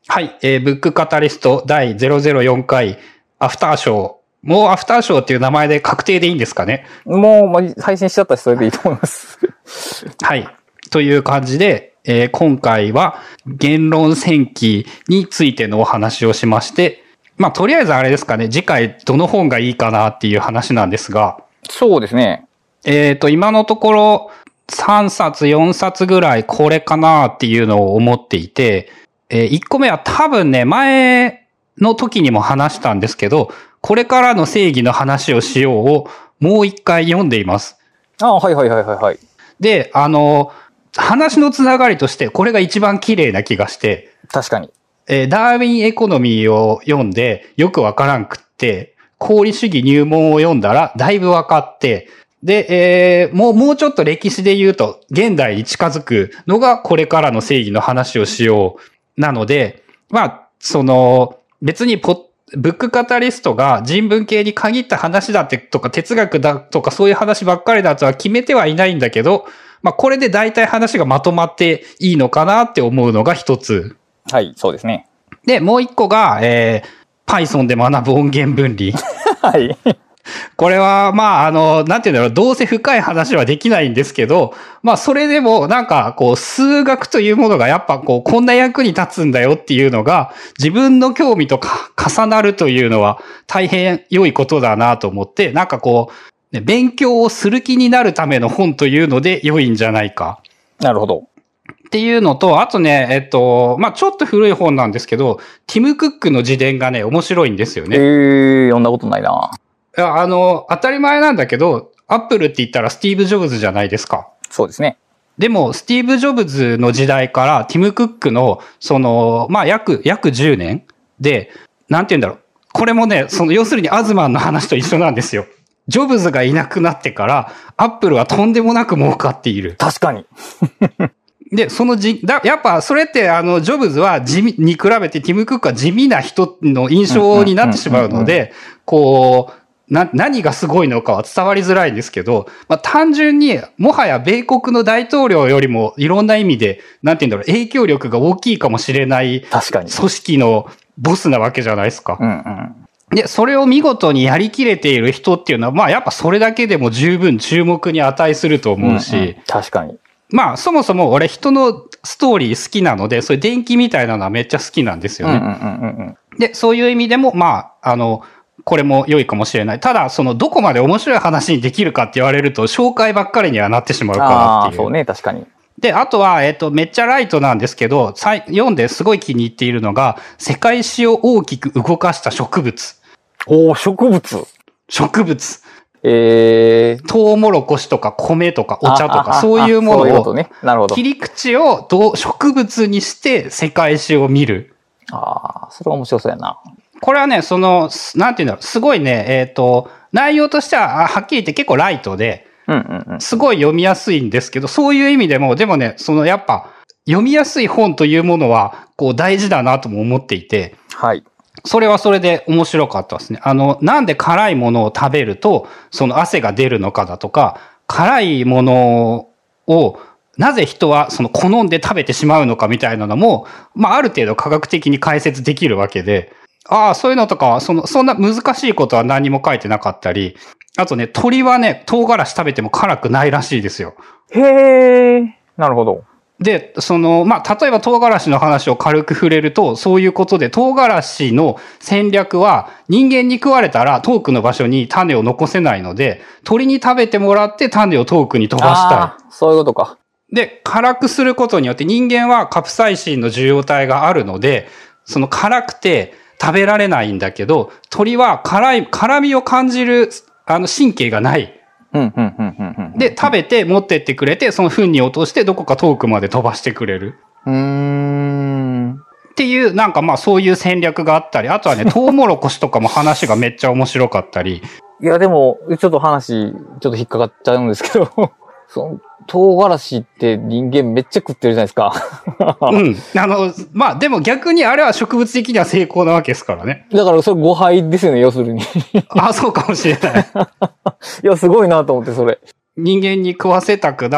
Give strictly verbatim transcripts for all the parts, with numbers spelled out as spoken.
はい、えー、ブックカタリストだいゼロゼロよんかいアフターショー。もうアフターショーっていう名前で確定でいいんですかね？ もう、まあ、配信しちゃったしそれでいいと思います。 はい。という感じで、えー、今回は言論戦記についてのお話をしまして、まあ、とりあえずあれですかね、次回どの本がいいかなっていう話なんですが。 そうですね。 えっと、今のところさんさつ、よんさつぐらいこれかなっていうのを思っていて、えー、いっこめは多分ね、前の時にも話したんですけど、これからの正義の話をしようをもう一回読んでいます。 ああ、はいはいはいはいはい。 で、あの、話のつながりとしてこれが一番綺麗な気がして。 確かに。 えー、ダーウィンエコノミーを読んでよくわからんくって、功利主義入門を読んだらだいぶわかって、で、えー、もう、もうちょっと歴史で言うと現代に近づくのがこれからの正義の話をしよう。なので、まあ、その、別にポブックカタリストが人文系に限った話だってとか哲学だとかそういう話ばっかりだとは決めてはいないんだけど、まあこれで大体話がまとまっていいのかなって思うのが一つ。 はい、そうですね。 で、もう一個が、えー、Python で学ぶ音源分離。 はい。 これは、まあ、あの、なんていうんだろう、どうせ深い話はできないんですけど、まあ、それでも、なんか、こう、数学というものがやっぱ、こう、こんな役に立つんだよっていうのが、自分の興味とか重なるというのは、大変良いことだなと思って、なんかこう、ね、勉強をする気になるための本というので良いんじゃないか。 なるほど。 っていうのと、あとね、えっと、まあ、ちょっと古い本なんですけど、ティム・クックの自伝がね、面白いんですよね。 えー、読んだことないな。 いや、あの、当たり前なんだけど、アップルって言ったらスティーブ・ジョブズじゃないですか。 そうですね。 でも、スティーブ・ジョブズの時代からティム・クックの、その、まあ、約、約じゅうねんで、なんて言うんだろう。これもね、その、要するにアズマンの話と一緒なんですよ。ジョブズがいなくなってから、アップルはとんでもなく儲かっている。 確かに。 で、そのじ、だ、やっぱそれってあの、ジョブズは地味に比べてティム・クックは地味な人の印象になってしまうので、こう、な、何がすごいのかは伝わりづらいんですけど、まあ、単純に、もはや米国の大統領よりもいろんな意味で、なんて言うんだろう、影響力が大きいかもしれない確かに組織のボスなわけじゃないですか。 うんうん。 で、それを見事にやりきれている人っていうのは、まあやっぱそれだけでも十分注目に値すると思うし、うんうん、 確かに。 まあそもそも俺人のストーリー好きなので、そういう伝記みたいなのはめっちゃ好きなんですよね。 うんうんうんうん、 で、そういう意味でも、まあ、あの、これも良いかもしれない。ただ、その、どこまで面白い話にできるかって言われると、紹介ばっかりにはなってしまうかなっていう。 ああ、そうね、確かに。 で、あとは、えっと、めっちゃライトなんですけど、読んですごい気に入っているのが、世界史を大きく動かした植物。 おー、植物。 植物。 えー。 トウモロコシとか米とかお茶とか、そういうものを、 ね、なるほど。 切り口をどう植物にして世界史を見る。 ああ、それは面白そうやな。 これはね、その、なんていうんだろう、すごいね、えっと、内容としては、はっきり言って結構ライトで、 うんうんうん、 すごい読みやすいんですけど、そういう意味でも、でもね、そのやっぱ、読みやすい本というものは、こう大事だなとも思っていて、 はい。 それはそれで面白かったですね。あの、なんで辛いものを食べると、その汗が出るのかだとか、辛いものを、なぜ人はその好んで食べてしまうのかみたいなのも、まあある程度科学的に解説できるわけで、ああ、そういうのとかは、その、そんな難しいことは何も書いてなかったり、あとね、鳥はね、唐辛子食べても辛くないらしいですよ。 へえ、なるほど。 で、その、まあ、例えば唐辛子の話を軽く触れると、そういうことで、唐辛子の戦略は、人間に食われたら遠くの場所に種を残せないので、鳥に食べてもらって種を遠くに飛ばしたい。 ああ、そういうことか。 で、辛くすることによって人間はカプサイシンの受容体があるので、その辛くて、食べられないんだけど、鳥は辛い、辛みを感じる、あの、神経がない。 うんうんうんうんうん、 で、食べて持ってってくれて、その糞に落としてどこか遠くまで飛ばしてくれる。 うーん。 っていう、なんかまあそういう戦略があったり、あとはね、トウモロコシとかも話がめっちゃ面白かったり。 いや、でも、ちょっと話、ちょっと引っかかっちゃうんですけど、その、唐辛子って人間めっちゃ食ってるじゃないですか。 うん。あの、まあでも逆にあれは植物的には成功なわけですからね。 だからそれ誤配ですよね、要するに。 あ、そうかもしれない。 いや、すごいなと思って、それ。 人間に食わせたくなかっ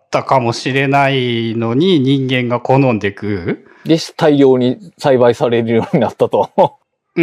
ったかもしれないのに人間が好んで食う。 で、大量に栽培されるようになったと。 うん。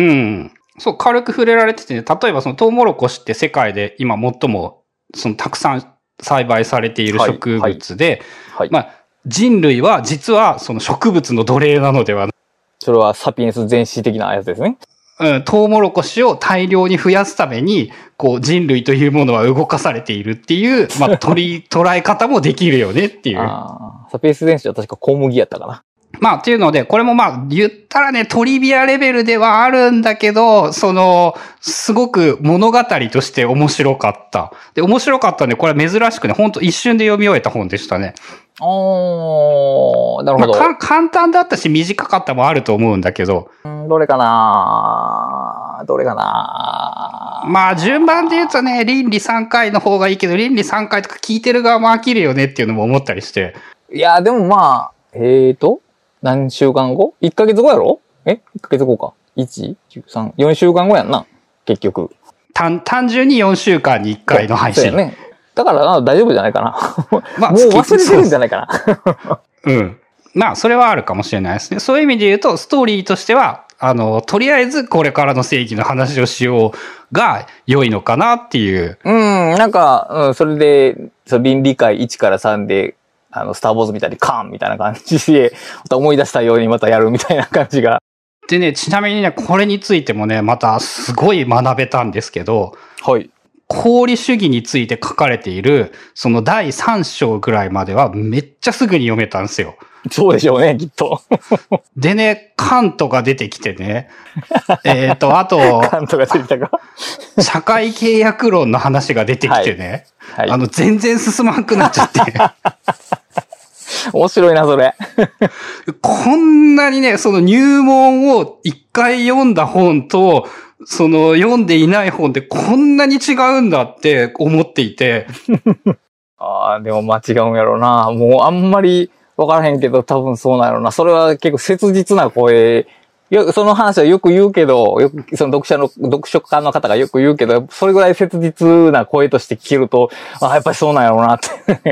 そう、軽く触れられててね、例えばそのトウモロコシって世界で今最もそのたくさん栽培されている植物で、はいはいはい、まあ人類は実はその植物の奴隷なのではない。 それはサピエンス全史的なやつですね。 うん、トウモロコシを大量に増やすために、こう人類というものは動かされているっていう、まあ取り、捉え方もできるよねっていう。 あサピエンス全史は確か小麦やったかな。 まあっていうので、これもまあ言ったらね、トリビアレベルではあるんだけど、その、すごく物語として面白かった。で、面白かったんで、これは珍しくね、ほんと一瞬で読み終えた本でしたね。 おー、なるほど。 まあ、簡単だったし短かったもあると思うんだけど。 うん、どれかなどれかなまあ順番で言うとね、倫理さんかいの方がいいけど、倫理さんかいとか聞いてる側も飽きるよねっていうのも思ったりして。 いや、でもまあ、えーと、何週間後 ?いっ ヶ月後やろえ ?いっ ヶ月後か。いち、じゅうさん、よんしゅうかん後やんな。結局。 単、単純によんしゅうかんにいっかいの配信。 そうやね。だから大丈夫じゃないかな。まあ、もう忘れてるんじゃないかな。 うん。まあ、それはあるかもしれないですね。そういう意味で言うと、ストーリーとしては、あの、とりあえずこれからの正義の話をしようが良いのかなっていう。 うん、なんか、うん、それで、その倫理会いちからさんで、あの、スターウォーズみたいにカーンみたいな感じで、また思い出したようにまたやるみたいな感じが。 でね、ちなみにね、これについてもね、またすごい学べたんですけど、 はい。 功利主義について書かれている、そのだいさん章ぐらいまではめっちゃすぐに読めたんですよ。 そうでしょうね、きっと。 でね、カントが出てきてね。えっと、あと、 カントが出てきたか。 社会契約論の話が出てきてね。はいはい、あの、全然進まんくなっちゃって。 面白いな、それ。 こんなにね、その入門を一回読んだ本と、その読んでいない本でこんなに違うんだって思っていて。 ああ、でも間違うんやろうな。もうあんまりわからへんけど多分そうなんやろうな。それは結構切実な声。よその話はよく言うけど、よくその読者の、読書家の方がよく言うけど、それぐらい切実な声として聞けると、ああ、やっぱりそうなんやろうなって。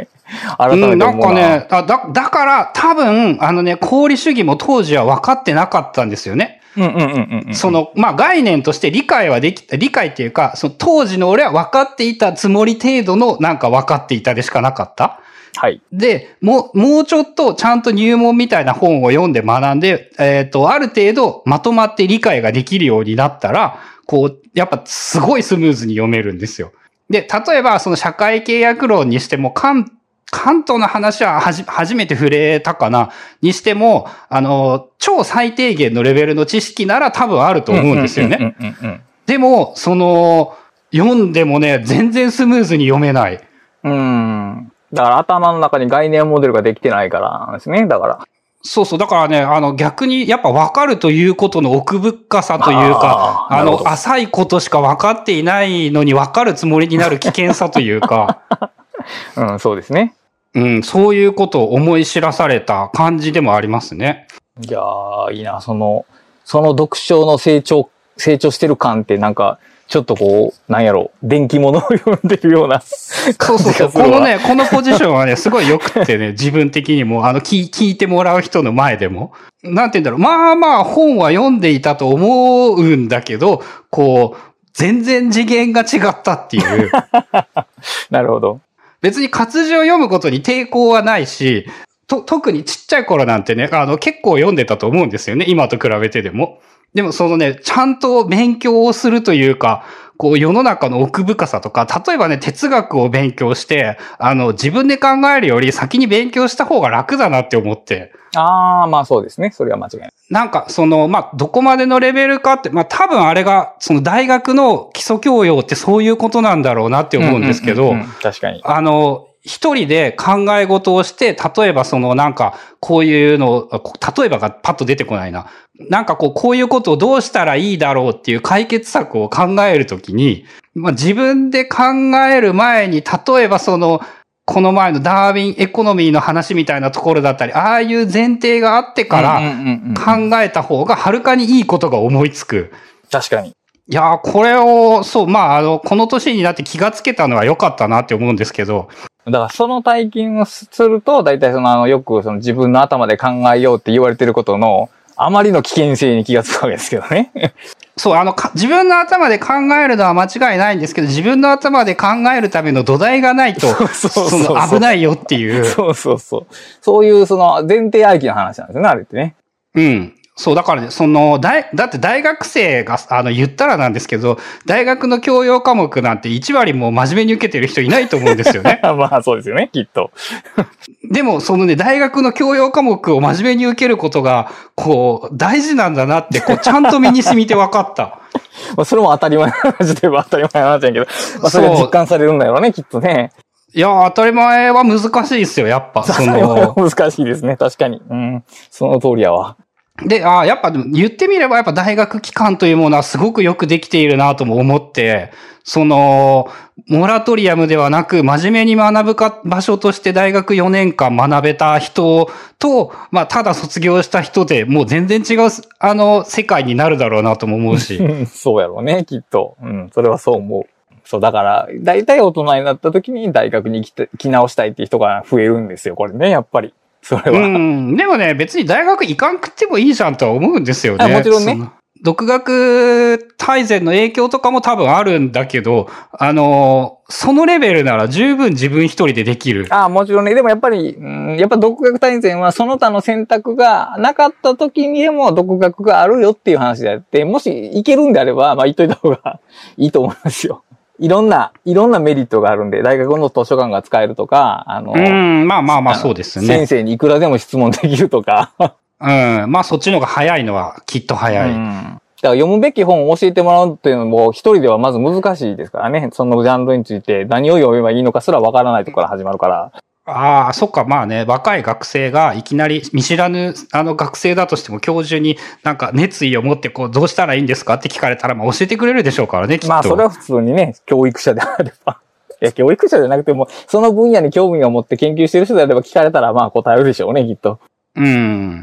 改めて思うな。 うん、なんかね、あだ、だから多分、あのね、功利主義も当時は分かってなかったんですよね。 うんうんうんうん。 その、まあ、概念として理解はできた、理解っていうか、その当時の俺は分かっていたつもり程度のなんか分かっていたでしかなかった。 はい。 で、もう、もうちょっとちゃんと入門みたいな本を読んで学んで、えっと、ある程度まとまって理解ができるようになったら、こう、やっぱすごいスムーズに読めるんですよ。で、例えばその社会契約論にしても、関関東の話ははじ、初めて触れたかなにしても、あの、超最低限のレベルの知識なら多分あると思うんですよね。でも、その、読んでもね、全然スムーズに読めない。 うん。だから頭の中に概念モデルができてないからなんですね。だから。 そうそう。だからね、あの逆にやっぱ分かるということの奥深さというか、あ, あの、浅いことしか分かっていないのに分かるつもりになる危険さというか。 うん、そうですね。 うん、そういうことを思い知らされた感じでもありますね。 いやー、いいな。その、その読書の成長、成長してる感ってなんか、ちょっとこう、なんやろ、電気物を読んでるような感じがするわ。そうそうそう。このね、このポジションはね、すごい良くってね、自分的にも、あの、聞、聞いてもらう人の前でも。なんて言うんだろう。まあまあ、本は読んでいたと思うんだけど、こう、全然次元が違ったっていう。なるほど。 別に活字を読むことに抵抗はないし、と、特にちっちゃい頃なんてね、あの、結構読んでたと思うんですよね。今と比べてでも。でもそのね、ちゃんと勉強をするというか、こう世の中の奥深さとか、例えばね、哲学を勉強して、あの、自分で考えるより先に勉強した方が楽だなって思って。 ああ、まあそうですね。それは間違いない。 なんか、その、まあ、どこまでのレベルかって、まあ、多分あれが、その大学の基礎教養ってそういうことなんだろうなって思うんですけど、うんうんうんうん、 確かに。 あの、一人で考え事をして、例えばそのなんか、こういうの、例えばがパッと出てこないな。なんかこう、こういうことをどうしたらいいだろうっていう解決策を考えるときに、まあ、自分で考える前に、例えばその、この前のダーウィンエコノミーの話みたいなところだったり、ああいう前提があってから考えた方がはるかにいいことが思いつく。 確かに。 いやー、これを、そう、まあ、あの、この年になって気がつけたのは良かったなって思うんですけど。 だからその体験をすると、大体そのあの、よくその自分の頭で考えようって言われてることの、あまりの危険性に気がつくわけですけどね。 そう、あの、自分の頭で考えるのは間違いないんですけど、自分の頭で考えるための土台がないと、そうそうそうそう、その危ないよっていう。 そうそうそう。そういうその前提ありきの話なんですよね、あれってね。 うん。そう、だからね、その、だ、だって大学生が、あの、言ったらなんですけど、大学の教養科目なんていち割も真面目に受けてる人いないと思うんですよね。 まあそうですよね、きっと。 でも、そのね、大学の教養科目を真面目に受けることが、こう、大事なんだなって、こう、ちゃんと身に染みて分かった。 まあそれも当たり前の話で言えば当たり前の話だけど、まあそれが実感されるんだよね、きっとね。 いや、当たり前は難しいですよ、やっぱ。 その難しいですね、確かに。うん。その通りやわ。 で、ああ、やっぱ言ってみればやっぱ大学期間というものはすごくよくできているなとも思って、その、モラトリアムではなく真面目に学ぶか場所として大学よねんかん学べた人と、まあただ卒業した人でもう全然違う、あの、世界になるだろうなとも思うし。 そうやろうね、きっと。うん、それはそう思う。そう、だから、だいたい大人になった時に大学に来て、来直したいっていう人が増えるんですよ、これね、やっぱり。それは。うん。 でもね、別に大学行かんくってもいいじゃんとは思うんですよね。 あ、もちろんね。 独学大全の影響とかも多分あるんだけど、あの、そのレベルなら十分自分一人でできる。 ああ、もちろんね。でもやっぱり、うん、やっぱ独学大全はその他の選択がなかった時にでも独学があるよっていう話であって、もし行けるんであれば、まあ言っといた方がいいと思いますよ。いろんな、いろんなメリットがあるんで、大学の図書館が使えるとか、あの、 うん、まあまあまあそうですね。 先生にいくらでも質問できるとか。 うん、まあそっちの方が早いのはきっと早い。うん、 だから読むべき本を教えてもらうっていうのも一人ではまず難しいですからね。そのジャンルについて何を読めばいいのかすらわからないところから始まるから。 ああ、そっか、まあね、若い学生がいきなり見知らぬ、あの学生だとしても教授になんか熱意を持ってこう、どうしたらいいんですかって聞かれたら、まあ教えてくれるでしょうからね、きっと。 まあそれは普通にね、教育者であれば。いや、教育者じゃなくても、その分野に興味を持って研究してる人であれば聞かれたら、まあ答えるでしょうね、きっと。 うん。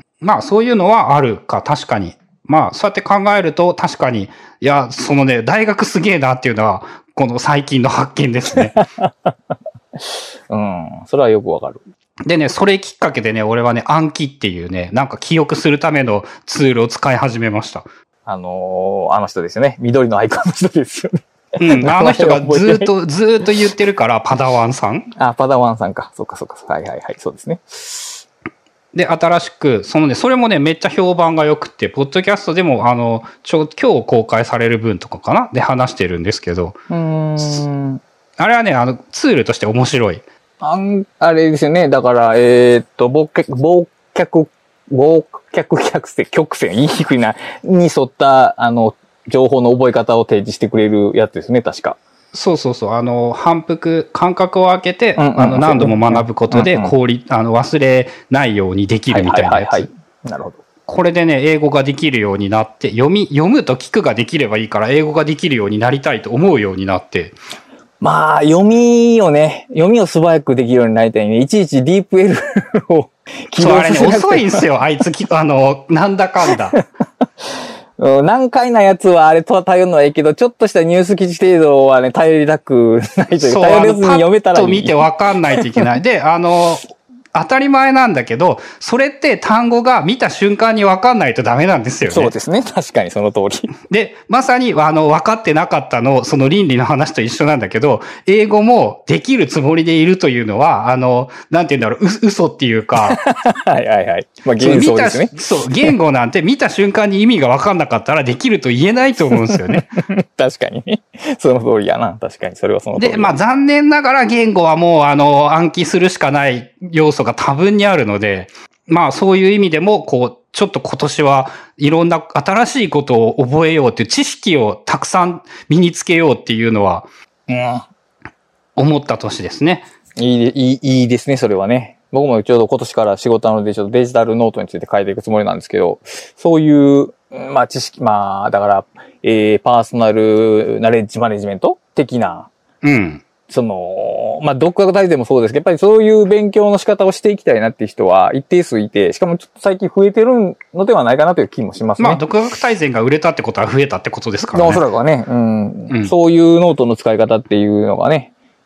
まあそういうのはあるか、確かに。まあそうやって考えると確かに、いや、そのね、大学すげえなっていうのは、この最近の発見ですね。 うん。それはよくわかる。 でね、それきっかけでね、俺はね、暗記っていうね、なんか記憶するためのツールを使い始めました。 あのー、あの人ですよね。緑のアイコンの人ですよね。 うん、あの人がずっと、ずっと言ってるから、パダワンさん。 あ、パダワンさんか。そうかそうか。はいはいはい。そうですね。 で、新しく、そのね、それもね、めっちゃ評判が良くて、ポッドキャストでも、あの、ちょ、今日公開される分とかかなで話してるんですけど。 うーん。 あれはね、あの、ツールとして面白い。 あん、あれですよね。だから、えー、っと、忘却、忘却、忘却客線、曲線、言いにくいな、に沿った、あの、情報の覚え方を提示してくれるやつですね、確か。 そうそうそう。あの、反復、間隔を空けて、うんうん、あの、何度も学ぶことで、効率、あの、忘れないようにできるみたいなやつ。はいはいはいはい、 なるほど。 これでね、英語ができるようになって、読み、読むと聞くができればいいから、英語ができるようになりたいと思うようになって。 まあ、読みをね、読みを素早くできるようになりたいね。いちいちディープ L を起動させなくて。そう、あれね、遅いんすよ、あいつ、あの、なんだかんだ。 難解なやつはあれと頼るのはいいけど、ちょっとしたニュース記事程度はね、頼りたくないというか、頼れずに読めたらいい。 パッと見てわかんないといけない。で、あの、当たり前なんだけど、それって単語が見た瞬間に分かんないとダメなんですよね。 そうですね。確かにその通り。 で、まさに、あの、分かってなかったの、その倫理の話と一緒なんだけど、英語もできるつもりでいるというのは、あの、なんて言うんだろう、う嘘っていうか。 はいはいはい。まあ、幻想ですね。 そう、言語なんて見た瞬間に意味が分かんなかったらできると言えないと思うんですよね。 確かにね。その通りやな。確かに。それはその通り。 で、まあ残念ながら言語はもう、あの、暗記するしかない要素が多分にあるので、まあそういう意味でも、こう、ちょっと今年はいろんな新しいことを覚えようっていう知識をたくさん身につけようっていうのは、うん、思った年ですね。 いい、いい、いいですね、それはね。僕もちょうど今年から仕事なので、ちょっとデジタルノートについて書いていくつもりなんですけど、そういう、まあ知識、まあ、だから、えー、パーソナルナレッジマネジメント的な、 うん。 その、まあ、独学大全もそうですけど、やっぱりそういう勉強の仕方をしていきたいなっていう人は一定数いて、しかもちょっと最近増えてるのではないかなという気もしますね。 まあ、独学大全が売れたってことは増えたってことですからね。 おそらくはね、うん、 うん。 そういうノートの使い方っていうのがね、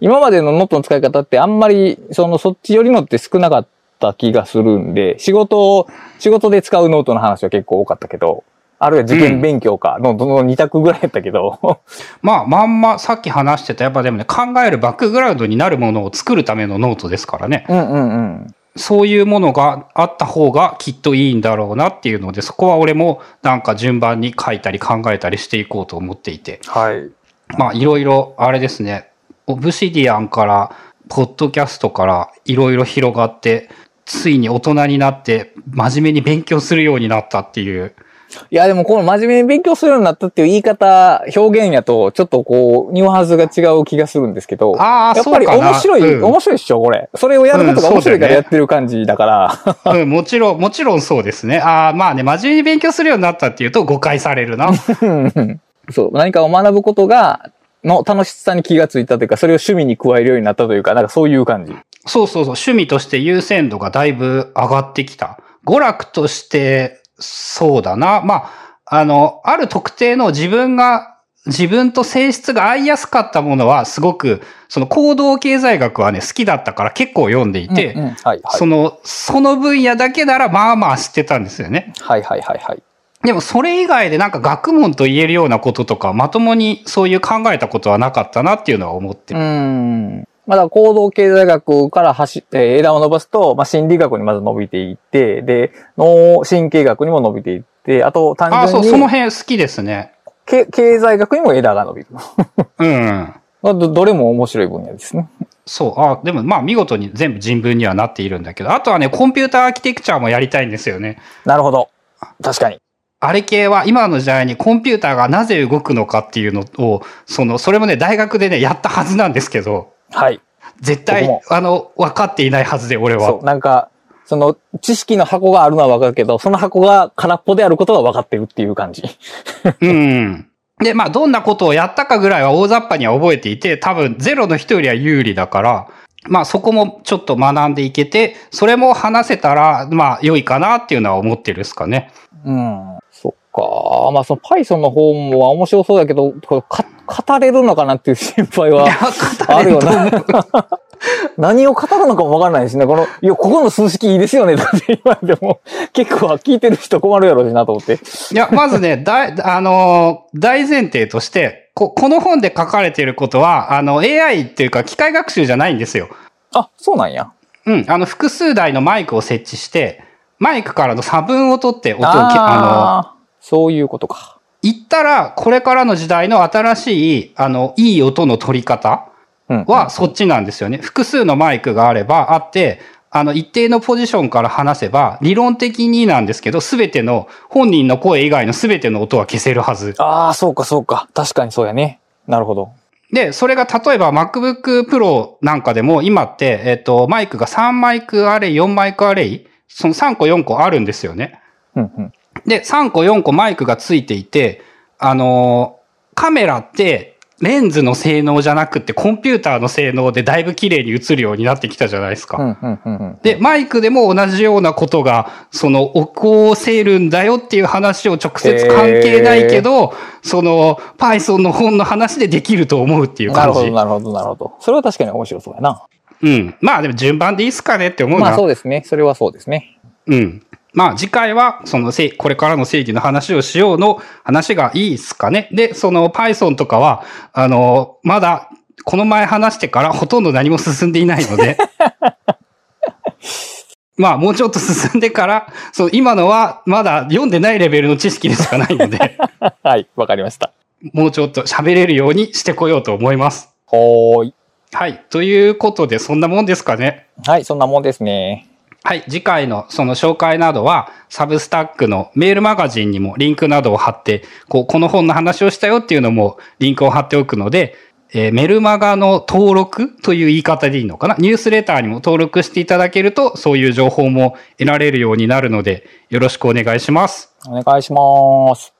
今までのノートの使い方ってあんまり、その、そっち寄りのって少なかった気がするんで、仕事を、仕事で使うノートの話は結構多かったけど、あるいは受験勉強かの、どのに択ぐらいやったけど。うん、 まあ、まんまさっき話してた、やっぱでもね、考えるバックグラウンドになるものを作るためのノートですからね。 うんうんうん。 そういうものがあった方がきっといいんだろうなっていうので、そこは俺もなんか順番に書いたり考えたりしていこうと思っていて。 はい。 まあ、いろいろ、あれですね、オブシディアンから、ポッドキャストからいろいろ広がって、ついに大人になって真面目に勉強するようになったっていう。 いや、でもこの真面目に勉強するようになったっていう言い方、表現やと、ちょっとこう、ニュアンスが違う気がするんですけど。 ああ、 やっぱり面白い、うん、面白いっしょ、これ。それをやることが面白いからやってる感じだから。 うん、うん、もちろん、もちろんそうですね。ああ、まあね、真面目に勉強するようになったっていうと誤解されるな。 そう、何かを学ぶことが、の楽しさに気がついたというか、それを趣味に加えるようになったというか、なんかそういう感じ。 そうそうそう、趣味として優先度がだいぶ上がってきた。娯楽として、そうだな。まあ、あの、ある特定の自分が、自分と性質が合いやすかったものは、すごく、その行動経済学はね、好きだったから結構読んでいて、 うんうん、はいはい、 その、その分野だけならまあまあ知ってたんですよね。 はいはいはいはい。 でもそれ以外でなんか学問と言えるようなこととか、まともにそういう考えたことはなかったなっていうのは思ってる。 うん。まだ行動経済学から走って、枝を伸ばすと、まあ、心理学にまず伸びていって、で、脳神経学にも伸びていって、あと単純に。 あ、そう、その辺好きですね。 経済学にも枝が伸びる。 うん。 ど, どれも面白い分野ですね。 そう。あ、でもまあ見事に全部人文にはなっているんだけど、あとはね、コンピューターアーキテクチャもやりたいんですよね。 なるほど。確かに。 あれ系は今の時代にコンピューターがなぜ動くのかっていうのを、その、それもね、大学でね、やったはずなんですけど。 はい。 絶対、あの、分かっていないはずで、俺は。 そう、なんか、その、知識の箱があるのは分かるけど、その箱が空っぽであることは分かってるっていう感じ。 うん。で、まあ、どんなことをやったかぐらいは大雑把には覚えていて、多分、ゼロの人よりは有利だから、まあ、そこもちょっと学んでいけて、それも話せたら、まあ、良いかなっていうのは思ってるっすかね。 うん。そっか。まあ、その Python の方も面白そうだけど、これか語れるのかなっていう心配はあるよな。何を語るのかもわからないですね。この、いや、ここの数式いいですよね。って言われても、結構聞いてる人困るやろうしなと思って。 いや、まずね、大、あの、大前提として、こ、この本で書かれていることは、あの、エーアイ っていうか機械学習じゃないんですよ。 あ、そうなんや。 うん。あの、複数台のマイクを設置して、マイクからの差分を取って音を、 あの、そういうことか。 言ったら、これからの時代の新しい、あの、いい音の取り方はそっちなんですよね。複数のマイクがあれば、あって、あの、一定のポジションから話せば、理論的になんですけど、すべての、本人の声以外のすべての音は消せるはず。 ああ、そうかそうか。確かにそうやね。なるほど。 で、それが例えば MacBook Pro なんかでも今って、えっと、マイクがさんマイクアレイ、よんマイクアレイ、そのさんこよんこあるんですよね。 うんうん、 で、さんこよんこマイクがついていて、あの、カメラってレンズの性能じゃなくてコンピューターの性能でだいぶ綺麗に映るようになってきたじゃないですか。 うんうんうんうん、 で、マイクでも同じようなことが、その、起こせるんだよっていう話を直接関係ないけど、その、Python の本の話でできると思うっていう感じ。 なるほど、なるほど、なるほど。それは確かに面白そうやな。 うん。まあでも順番でいいっすかねって思うな。 まあそうですね。それはそうですね。 うん。まあ次回は、そのせ、これからの正義の話をしようの話がいいっすかね。で、その Python とかは、あの、まだ、この前話してからほとんど何も進んでいないので、まあもうちょっと進んでから、そう、今のはまだ読んでないレベルの知識でしかないので、 はい、わかりました。 もうちょっと喋れるようにしてこようと思います。 ほーい。 はい。ということで、そんなもんですかね。 はい、そんなもんですね。 はい。次回のその紹介などは、サブスタックのメールマガジンにもリンクなどを貼って、こう、この本の話をしたよっていうのもリンクを貼っておくので、えー、メルマガの登録という言い方でいいのかな？ニュースレターにも登録していただけると、そういう情報も得られるようになるので、よろしくお願いします。 お願いします。